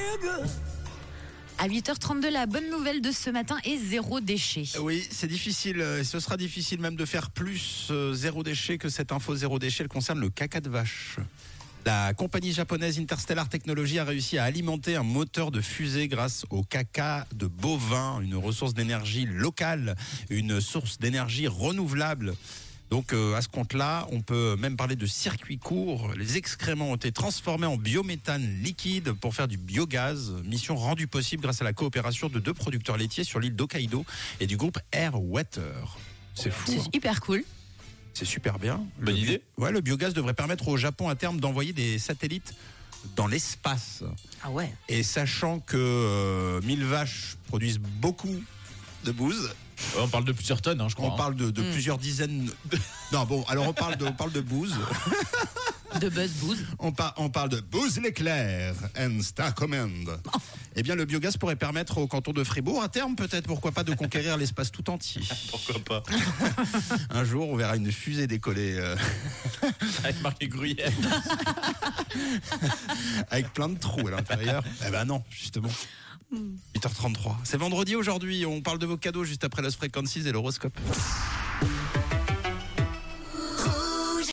À 8h32, la bonne nouvelle de ce matin est zéro déchet. Oui, c'est difficile. Ce sera difficile même de faire plus zéro déchet que cette info zéro déchet. Elle concerne le caca de vache. La compagnie japonaise Interstellar Technologies a réussi à alimenter un moteur de fusée grâce au caca de bovin, une ressource d'énergie locale, une source d'énergie renouvelable. Donc à ce compte-là, on peut même parler de circuit court. Les excréments ont été transformés en biométhane liquide pour faire du biogaz. Mission rendue possible grâce à la coopération de 2 producteurs laitiers sur l'île d'Hokkaido et du groupe Airwater. C'est fou. C'est hyper cool. C'est super bien. Bonne idée. Ouais, le biogaz devrait permettre au Japon à terme d'envoyer des satellites dans l'espace. Ah ouais. Et sachant que 1000 vaches produisent beaucoup de bouse. Ouais, on parle de plusieurs tonnes, je crois. On parle de plusieurs dizaines. Non, bon, alors on parle de bouse. De buzz bouse. On parle de bouse l'éclair and Star Command. Eh bien, le biogaz pourrait permettre au canton de Fribourg, à terme peut-être, pourquoi pas, de conquérir l'espace tout entier. Pourquoi pas. Un jour, on verra une fusée décoller. Avec marqué Gruyère. Avec plein de trous à l'intérieur. Eh ben non, justement. 8h33. C'est vendredi aujourd'hui. On parle de vos cadeaux juste après Lost Frequencies et l'horoscope.